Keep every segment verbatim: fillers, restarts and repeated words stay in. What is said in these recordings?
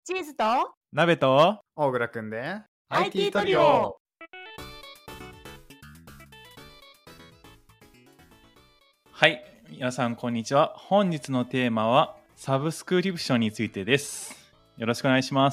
チーズと鍋と大倉くんでアイティー トリオ。 はい、皆さんこんにちは。本日のテーマはサブスクリプションについてです。よろしくお願いします。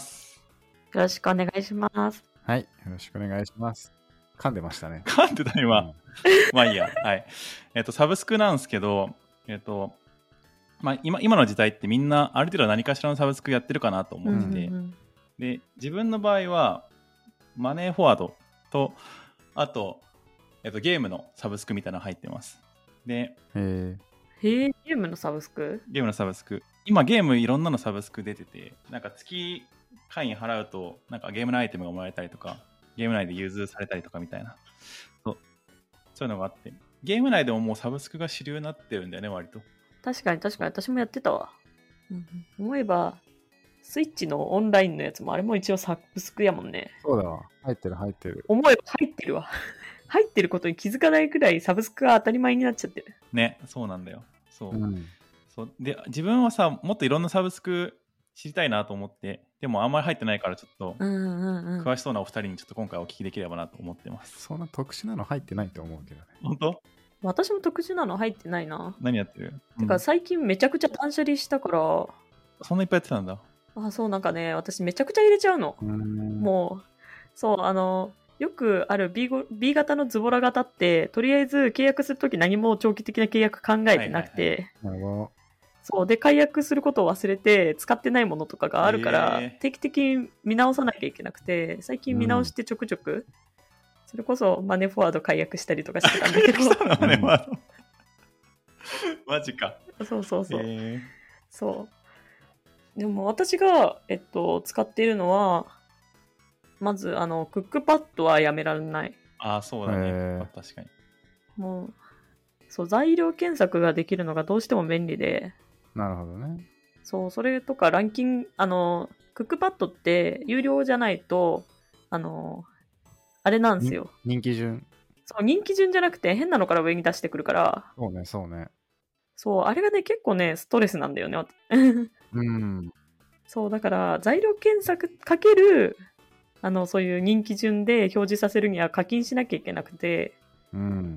よろしくお願いします。 はい、よろしくお願いします。噛んでましたね。 噛んでた今、 うん、 まあいいや。はい。えっとサブスクなんですけど、えっとまあ今今の時代ってみんなある程度何かしらのサブスクやってるかなと思ってて、 うんうんで自分の場合はマネーフォワードとあと、えっと、ゲームのサブスクみたいなの入ってます。で、 えへえ、ゲームのサブスク？ ゲームのサブスク今ゲームいろんなのサブスク出てて、なんか月会員払うとなんかゲームのアイテムがもらえたりとか、ゲーム内で融通されたりとかみたいな、そう、そういうのがあって、ゲーム内でももうサブスクが主流になってるんだよね、割と。 確かに確かに私もやってたわ。うんうん、思えばスイッチのオンラインのやつもあれも一応サブスクやもんね。 そうだわ。入ってる入ってる。 思えば入ってるわ。入ってることに気づかないくらいサブスクが当たり前になっちゃってる。 ね、そうなんだよ。そう。 うん、 そうで自分はさ、もっといろんなサブスク知りたいなと思って、でもあんまり入ってないからちょっとうんうんうん。 詳しそうなお二人にちょっと今回お聞きできればなと思ってます。 そんな特殊なの入ってないと思うけどね。 本当？ 私も特殊なの入ってないな。 何やってる？ てか最近めちゃくちゃ断捨離したから、 うん、そんないっぱいやってたんだ。 あ、そうなんかね、私めちゃくちゃ入れちゃうの。 うーんもう、そう、あの、よくある B, ご B 型のズボラ型って、とりあえず契約するとき何も長期的な契約考えてなくて、 なるほど。 そう、で、解約することを忘れて使ってないものとかがあるから、 へー定期的に見直さなきゃいけなくて、最近見直してちょくちょく、それこそマネーフォワード解約したりとかしてたんだけど、 したのね、まあマジか。 そうそうそう。 へそう。でも私が、えっと、使っているのは、まず、あの、クックパッドはやめられない。 ああ、そうだね。 へーまあ確かに。 もう、そう、材料検索ができるのがどうしても便利で、 なるほどね。 そう、それとかランキング、あの、クックパッドって有料じゃないと、あの、あれなんですよ。 人気順。 そう、人気順じゃなくて変なのから上に出してくるから、 そうね、そうね。 そう、あれがね、結構ね、ストレスなんだよね。 うん。 そう、だから、材料検索かける、あの、そういう人気順で表示させるには課金しなきゃいけなくて、 うん。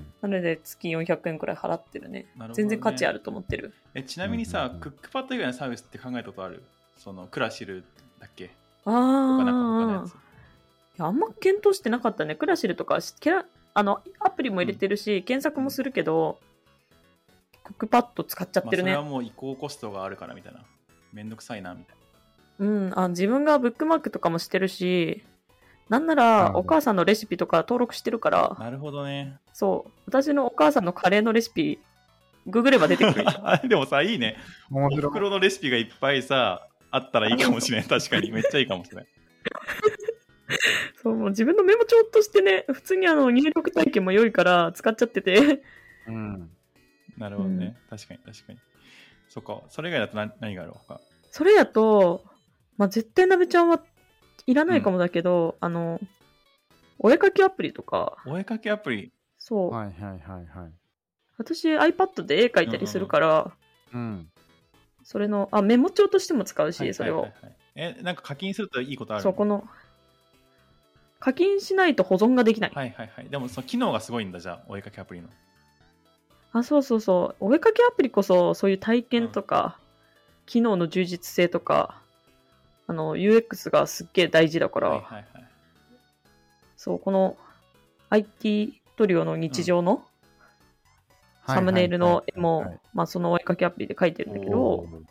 なので月よんひゃくえんくらい払ってるね。 なるほどね。 全然価値あると思ってる。 えちなみにさ、 うんうんうんクックパッド以外のサービスって考えたことある？そのクラシルだっけあとかなんか他のやあ。 つ。 いや、あんま検討してなかったね。クラシルとかし、キャラあの、アプリも入れてるし、検索もするけど、クックパッド使っちゃってるね。 まあ、それはもう移行コストがあるからみたいな。めんどくさいなみたいうんあ、自分がブックマークとかもしてるし、なんなならるほどお母さんのレシピとか登録してるから、 な。なるほどね。 そう、私のお母さんのカレーのレシピ、ググれば出てくるよ。 あれでもさ、いいね。お面白い。 袋のレシピがいっぱいさ、あったらいいかもしれない。確かに。めっちゃいいかもしれない。 そう、もう自分のメモ帳としてね、普通にあの入力体験も良いから使っちゃってて。 うん。 なるほどね。確かに確かに。そっか。それ以外だと何何がある他？ それやと、まあ、絶対なべちゃんはいらないかもだけど、あの、お絵かきアプリとか、 お絵かきアプリ。 そう、 はいはいはいはい。 私 iPad で絵描いたりするから、 うん。 それの、あ、メモ帳としても使うし、それを。 はいはいはいはい。え、なんか課金するといいことあるの？ そう、この、課金しないと保存ができない。 はいはいはい。でもその機能がすごいんだ、じゃあ、お絵かきアプリの。 あ、そうそうそう。お絵かきアプリこそ、そういう体験とか、機能の充実性とか、あの、ユーエックス がすっげえ大事だから、 はいはいはい。 そう、この アイティー トリオの日常のサムネイルの絵も、 はいはいはいはいまあそのお絵かきアプリで描いてるんだけどお、ー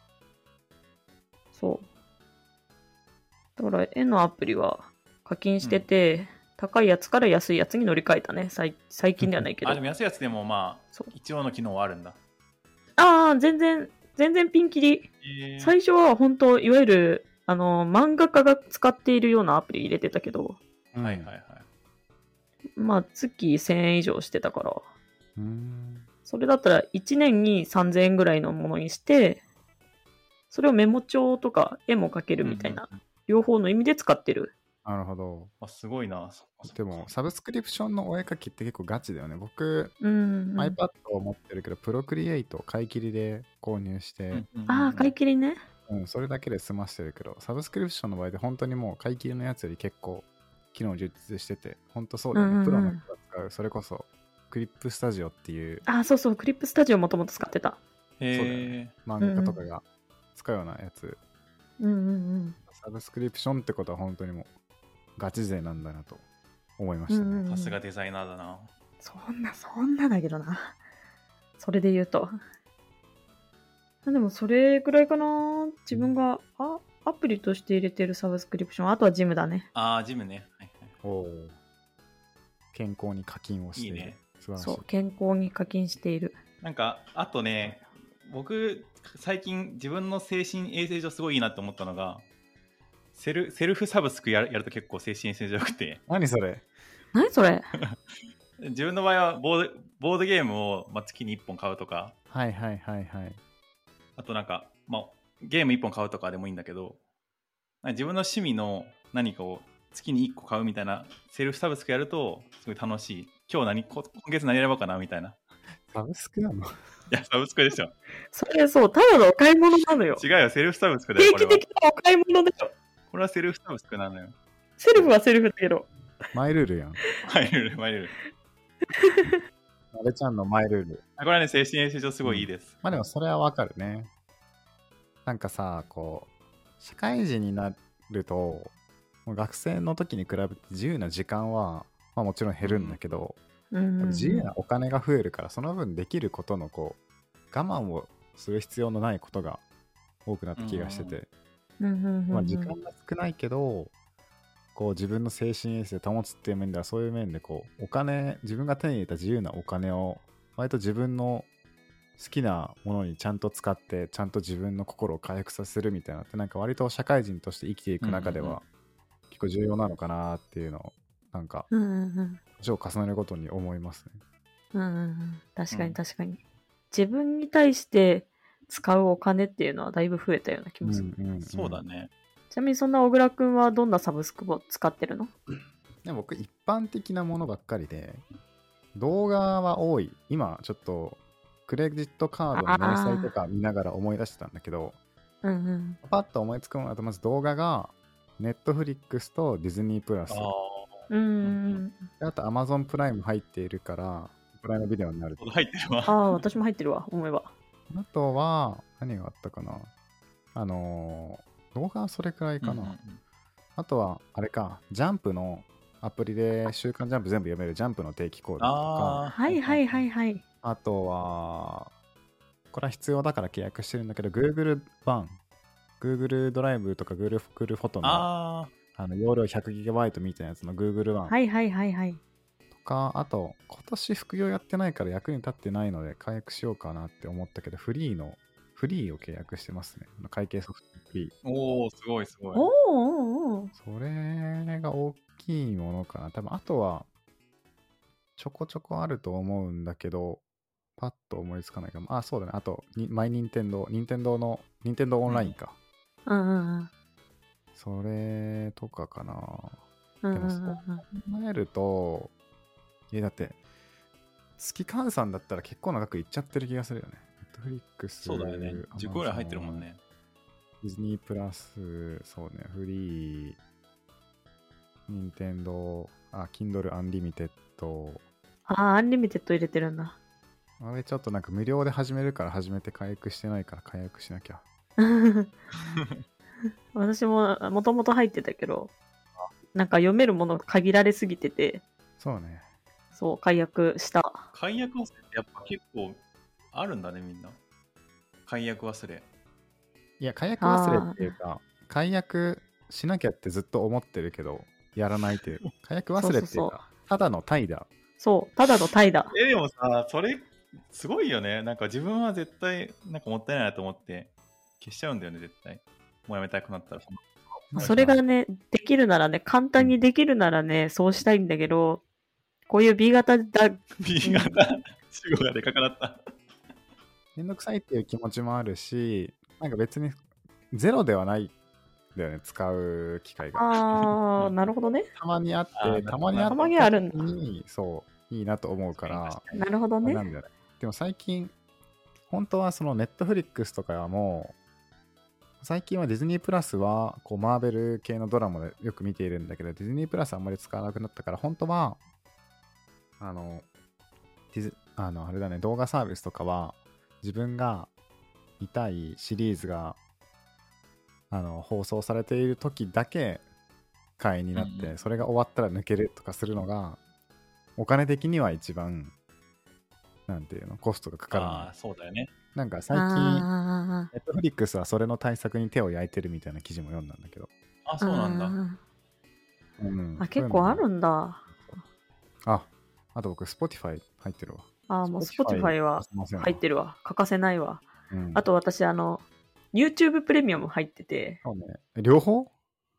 そう。だから絵のアプリは課金してて、高いやつから安いやつに乗り換えたね。最最近ではないけど。 あ、でも安いやつでもまあそう、 一応の機能はあるんだ。 ああ、全然、全然ピンキリ。 えー、 最初は本当いわゆる、あの、漫画家が使っているようなアプリ入れてたけど、 うんはいはいはい。 まあ月せんえん以上してたから、 うーん。 それだったらいちねんにさんぜんえんぐらいのものにして、それをメモ帳とか絵も描けるみたいな、 うんうんうん両方の意味で使ってる。 なるほど。 あ、すごいな。そっかそっかでも、サブスクリプションのお絵かきって結構ガチだよね。僕、 うん、うん。 iPad を持ってるけど、プロクリエイトを買い切りで購入して、 うんうんうんああ、買い切りね。 ううん、それだけで済ましてるけど、サブスクリプションの場合で本当にもう買い切りのやつより結構機能充実してて、本当そうだよね。 うんうんうんプロの人が使う、それこそクリップスタジオっていうあ、そうそう、クリップスタジオもともと使ってた。 へそうだよえ。 漫画家とかが使うようなやつ、 うんうんうん。 サブスクリプションってことは本当にもうガチ勢なんだなと思いましたね。 うんうんさすがデザイナーだな。 そんな、そんなだけどな。それで言うと。あでも、それぐらいかな。自分が、あ、アプリとして入れてるサブスクリプション。あとはジムだね。 ああ、ジムね。はいはい。 おー健康に課金をしている。 いいね素晴らしい。 そう、健康に課金している。 なんか、あとね、僕、最近自分の精神衛生上すごいいいなって思ったのが、セルセルフサブスクやるやると結構精神衛生上良くて、 何それ？ 何それ？ 自分の場合はボードボードゲームを、まあ、月にいっぽん買うとか、 はいはいはいはい。 あとなんか、まあ、ゲームいっぽん買うとかでもいいんだけど、なんか自分の趣味の何かを月にいっこ買うみたいなセルフサブスクやるとすごい楽しい。今日何、こ今月何選ぼうかなみたいな。 サブスクなの？ いや、サブスクでしょ。 それそう、ただのお買い物なのよ。 違うよ、セルフサブスクだよ、 定これは。 期的なお買い物でしょ。 これはセルフサブスクなのよ。 セルフはセルフだけど。 マイルールやん。 マイルール、マイルール。 なべちゃんのマイルール。 これはね、精神衛生上すごいいいです。 まあでもそれはわかるね。なんかさ、こう、社会人になると、もう学生の時に比べて自由な時間は、まあもちろん減るんだけど、 うんうんうん、 自由なお金が増えるから、その分できることのこう、我慢をする必要のないことが多くなった気がしてて、 うんうんうんうん、 まあ時間が少ないけど、こう自分の精神衛生を保つっていう面では、そういう面でこうお金、自分が手に入れた自由なお金を割と自分の好きなものにちゃんと使って、ちゃんと自分の心を回復させるみたいなって、なんか割と社会人として生きていく中では結構重要なのかなっていうのをなんかうんうんうん年を重ねるごとに思いますね。 うんうんうん、確かうんに確かに、自分に対して使うお金っていうのはだいぶ増えたような気もする。 うんうんうん、 そうだね。 ちなみにそんな小倉くんはどんなサブスクを使ってるの？ でも僕一般的なものばっかりで、動画は多い。今ちょっとクレジットカードの明細とか見ながら思い出してたんだけど、 うんうん。 パッと思いつくのだとまず動画がネットフリックスとディズニープラス、 あうんうんであとアマゾンプライム入っているからプライムビデオになる。 あ、入ってるわ。 ああ、私も入ってるわ、思えば。 あとは何があったかな、あのー動画はそれくらいかな、 うんうんうんあとはあれか、ジャンプのアプリで週刊ジャンプ全部読めるジャンプの定期購読とか、 あはいはいはいはい。 あとはこれは必要だから契約してるんだけど Google 版 Google ドライブとか Google フォトのああの容量 ひゃくギガバイト みたいなやつの Google 版はいはいはいはい。 とか、あと今年副業やってないから役に立ってないので解約しようかなって思ったけど、フリーのフリーを契約してますね。あの会計ソフトフリー。 ーおお、すごいすごい。 おーおーおーそれが大きいものかな。多分あとはちょこちょこあると思うんだけど、パッと思いつかないかも。あ、そうだね。あと、にマイニンテンドー、ニンテンドーの、ニンテンドーオンラインか。 うんうんうん。 それとかかな。 うんうんでもそう考えると、え、だって、月換算だったら結構な額いっちゃってる気がするよね。ネットフリックス、 そうだよね。じゅっこぐらい入ってるもんね。 ディズニープラス、そうね、フリー、ニンテンドー、あ、Kindle Unlimited、 ああ、アンリミテッド入れてるんだ。 あれちょっとなんか無料で始めるから始めて解約してないから解約しなきゃ。 私ももともと入ってたけど、なんか読めるものが限られすぎてて、 そうね。 そう、解約した。 解約忘れってやっぱ結構あるんだね、みんな。解約忘れ。 いや、解約忘れっていうか、解約しなきゃってずっと思ってるけど、やらないっていう。解約忘れっていうか、 そうそうそうただの怠惰。 そう、ただの怠惰。 え、でもさ、それ、すごいよね。なんか自分は絶対、なんかもったいないなと思って、消しちゃうんだよね、絶対。もうやめたくなったら。 それがね、できるならね、簡単にできるならね、そうしたいんだけど、こういう B 型だ、 B 型、主語がでかくなった。 めんどくさいっていう気持ちもあるし、なんか別にゼロではないんだよね、使う機会が。 あー、なるほどね。 たまにあって、 あーたまにあったたまにあるんだ時に、そう、いいなと思うから、 なるほどねあれな。んだよね。でも最近、本当はそのネットフリックスとかはもう、 最近はディズニープラスはこうマーベル系のドラマでよく見ているんだけど、ディズニープラスあんまり使わなくなったから、本当はあのディズあのあれだね、動画サービスとかは自分が見たいシリーズがあの放送されている時だけ会員になって、 うんうんそれが終わったら抜けるとかするのがお金的には一番なんていうのコストがかかるの。 ああ、そうだよね。 なんか最近あネットフリックスはそれの対策に手を焼いてるみたいな記事も読んだんだけど、 あ、 ーそうなんだ。 あーうんあ、結構あるんだ。 あ、あと僕 Spotify 入ってるわ。 あーもう Spotify Spotify は入ってる、 るわ。欠かせないわ。 うん、 あと私、あの、YouTube プレミアム入ってて、 そうね、両方ん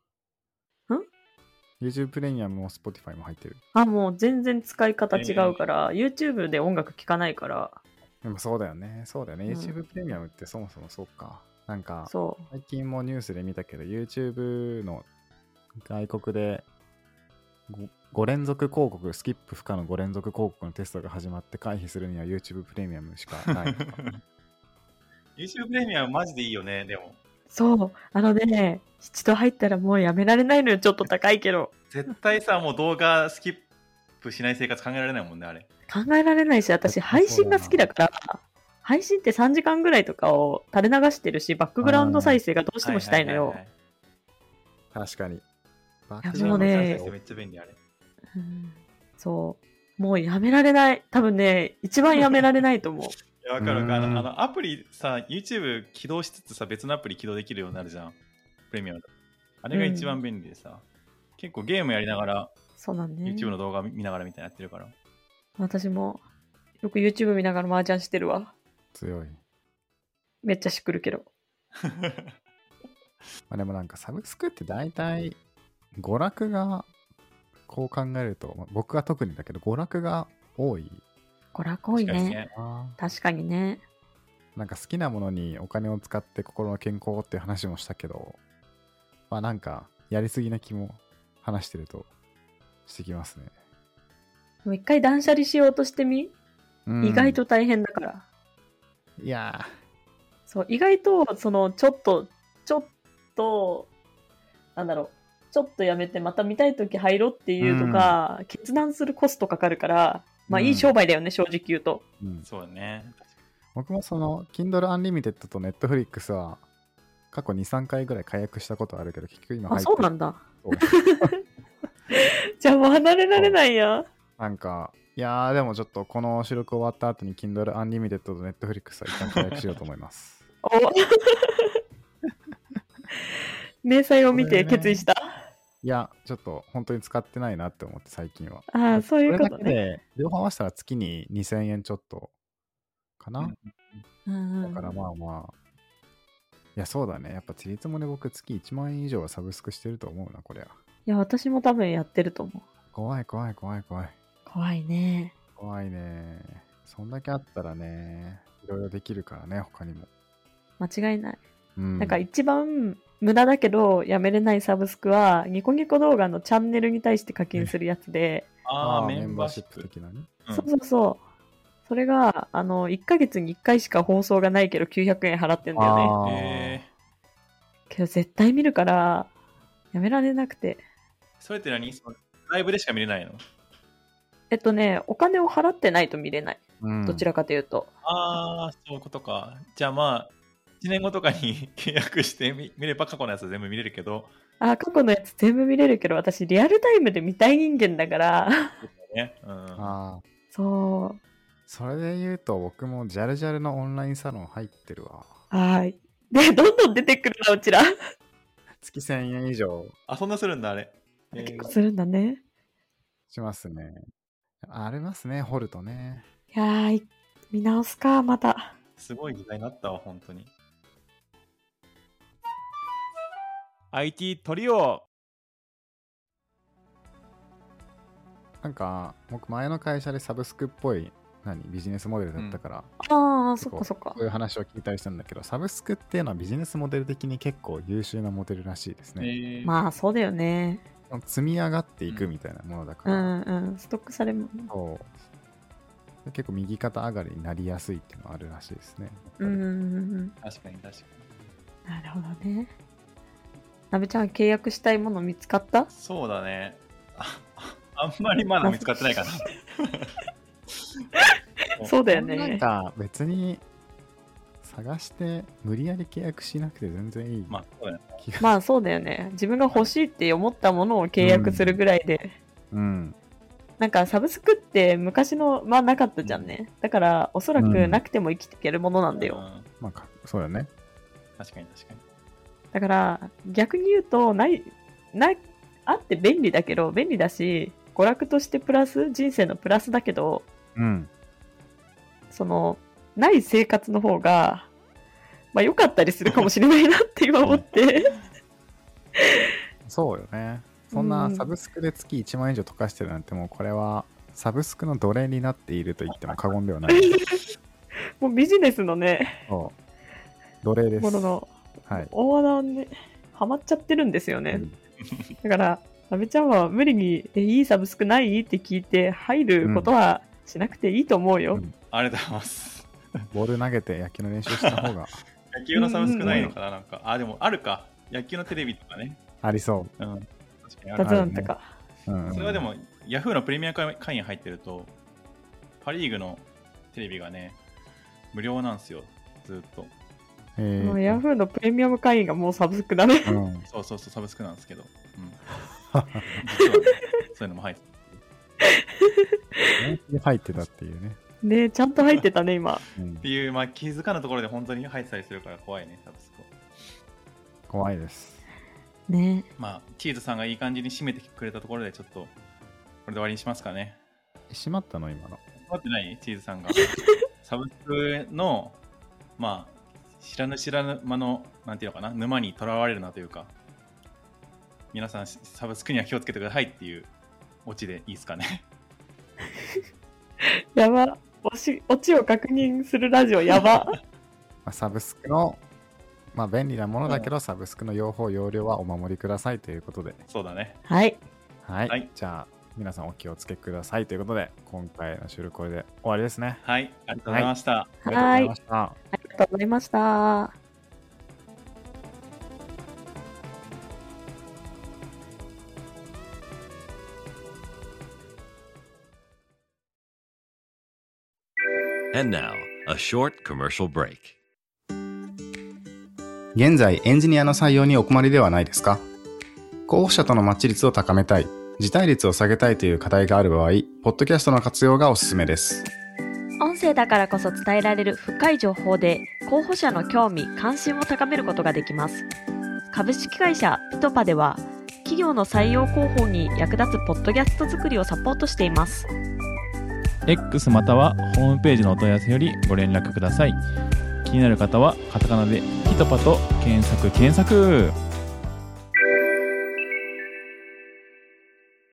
YouTube プレミアムも Spotify も入ってる。 あ、もう全然使い方違うから、YouTube で音楽聴かないから、 でもそうだよね。そうだよね。 うん YouTube プレミアムってそもそもそうか。なんか、 そう。 最近もニュースで見たけど、YouTube の外国で ご, 連続広告、スキップ不可のご連続広告のテストが始まって回避するには YouTube プレミアムしかないとか。 YouTube プレミアムマジでいいよね、でも。 そう。あのね、一度入ったらもうやめられないのよ。ちょっと高いけど。 絶対さ、もう動画スキップしない生活考えられないもんね、あれ。 考えられないし、私配信が好きだから、配信ってさんじかんぐらいとかを垂れ流してるし、バックグラウンド再生がどうしてもしたいのよ。 確かに。バやックもうねめっちゃ便利、あれ。 うんそう。もうやめられない。多分ね、一番やめられないと思う。 いや、わかるわかる。あうんの、あのアプリさ、YouTube 起動しつつさ、別のアプリ起動できるようになるじゃん。プレミアムだと。あれが一番便利でさ、結構ゲームやりながら、 そうなんね。 YouTube の動画見ながらみたいなやってるから。 私もよく YouTube 見ながら麻雀してるわ。 強い。 めっちゃしっくるけど。 まあでもなんかサブスクって大体娯楽がこう考えると、まあ僕は特にだけど娯楽が多い娯楽多いね。 確かにね。 な。 確かにね。 なんか好きなものにお金を使って心の健康っていう話もしたけど、まあなんかやりすぎな気も話してるとしてきますね。 もう一回断捨離しようとしてみ、 うん意外と大変だから。 いやそう、意外と、その、ちょっと、ちょっと、なんだろう、ちょっとやめてまた見たいとき入ろうっていうとか、決断するコストかかるから、まあうんいい商売だよね、正直言うと。 ー、うん、 そうだね。 僕もその Kindle Unlimited と Netflix は過去に、さんかいぐらい解約したことあるけど、結局今入あ、 ってそうなんだ。 そうじゃあもう離れられないや。 なんか、いやーでもちょっとこの収録終わった後に Kindle Unlimited と Netflix は一旦解約しようと思います。 お明細を見て決意した。 いや、ちょっと本当に使ってないなって思って最近は。 ああ、そういうことこれだけね。 で両方合わせたら月ににせんえんちょっとかな、 うんうんうんだからまあまあ。いや、そうだね。やっぱちりつもで僕月いちまんえん以上はサブスクしてると思うな、こりゃ。 いや、私も多分やってると思う。 怖い怖い怖い怖い。 怖いね。 怖いね。そんだけあったらね、いろいろできるからね、他にも。 間違いない。 うん。 なんか一番無駄だけどやめれないサブスクは、ニコニコ動画のチャンネルに対して課金するやつで、 ああ、 ーメンバーシップ。 的なね。 うんそうそうそう。それが、あの、いっかげつにいっかいしか放送がないけどきゅうひゃくえん払ってんだよね。 あーえけど絶対見るから、やめられなくて。 ー、それって何そのライブでしか見れないの？ えっとね、お金を払ってないと見れない。 うん、 どちらかというと。 ああ、そういうことか。じゃあまあ、いちねんごとかに契約してみ見れば過去のやつ全部見れるけど、 あ、過去のやつ全部見れるけど、私リアルタイムで見たい人間だから。 ね。うん、 ああ。 そう。 それで言うと、僕もジャルジャルのオンラインサロン入ってるわ。 はい。で、どんどん出てくるな、うちら。 月せんえん以上あ、そんなするんだ、あれ。えー結構するんだね。 しますね。ありますね、掘るとね。 いやー、い見直すか、また。 すごい時代になったわ、本当に。アイティー トリオ。 なんか、僕前の会社でサブスクっぽい何ビジネスモデルだったから、 ああ、 結構そっかそっかそう。いう話を聞いたりしたんだけど、サブスクっていうのはビジネスモデル的に結構優秀なモデルらしいですえね。 ーまあ、そうだよね。 積み上がっていくみたいなものだかうら、 んうん。ストックされる。 そう結構右肩上がりになりやすいっていうのはあるらしいですね。やっぱりうんうんうんうん。 確かに確かに。 なるほどね。なべちゃん契約したいもの見つかった？ そうだね。あ, あんまりまだ見つかってないかな。 そうだよね。 なんか別に探して無理やり契約しなくて全然いい。 まあそうだよね。 まあそうだよね。自分が欲しいって思ったものを契約するぐらいで。 うん。うんなんかサブスクって昔のまあなかったじゃんね。だからおそらくなくても生きていけるものなんだよ。 うんまあかそうだね。 確かに確かに。 だから逆に言うとないないあって便利だけど便利だし娯楽としてプラス人生のプラスだけど、 うん。 そのない生活の方がまあ良かったりするかもしれないなって今思って。 そうよね。そんなサブスクで月いちまん円以上溶かしてるなんてもうこれはサブスクの奴隷になっていると言っても過言ではない。 もうビジネスのね、 そう奴隷です。 もののはい。 大技ね、ハマっちゃってるんですよね。 うんだから、なべちゃんは無理にえいいサブスクないって聞いて入ることはしなくていいと思うよ。 うんありがとうございます。 ボール投げて野球の練習した方が野球のサブスクないのかな、なんか。あ、でもあるか。野球のテレビとかね。 ありそうん。確かにあダる。 ゾーンとか。 う。うんうん、 それはでも、ヤフーのプレミア会員入ってると、パ・リーグのテレビがね、無料なんですよ、ずっと。 えーもうヤフーのプレミアム会員がもうサブスクだね。 うん、 そうそうそう、サブスクなんですけど。うん、実はね、そういうのも入って本気で入ってたっていうね。 ねちゃんと入ってたね、今。 うんっていう、まあ、気づかぬところで本当に入ってたりするから怖いね、サブスクを。 怖いです。 ねまあ、チーズさんがいい感じに締めてくれたところで、ちょっと、これで終わりにしますかね。 閉まったの今の。 待ってないチーズさんが。サブスクの、まあ、知らぬ知らぬ間の、なんていうのかな、沼にとらわれるなというか、皆さん、サブスクには気をつけてくださいっていうオチでいいですかね。 やば。オチオチを確認するラジオやば。 まあ、サブスクの、まあ、便利なものだけど、サブスクの用法、用量はお守りくださいということで。 そうだね。 はい。 はい。 はいじゃあ、皆さんお気をつけくださいということで、今回の収録これで終わりですね。 はい、ありがとうございました。 ありがとうございました。 ありがとうございました。 And now, a short commercial break. 現在エンジニアの採用にお困りではないですか？候補者とのマッチ率を高めたい、辞退率を下げたいという課題がある場合、ポッドキャストの活用がおすすめです。 音声だからこそ伝えられる深い情報で候補者の興味・関心を高めることができます。株式会社ピトパでは企業の採用広報に役立つポッドキャスト作りをサポートしています。 X またはホームページのお問い合わせよりご連絡ください。気になる方はカタカナでピトパと検索検索。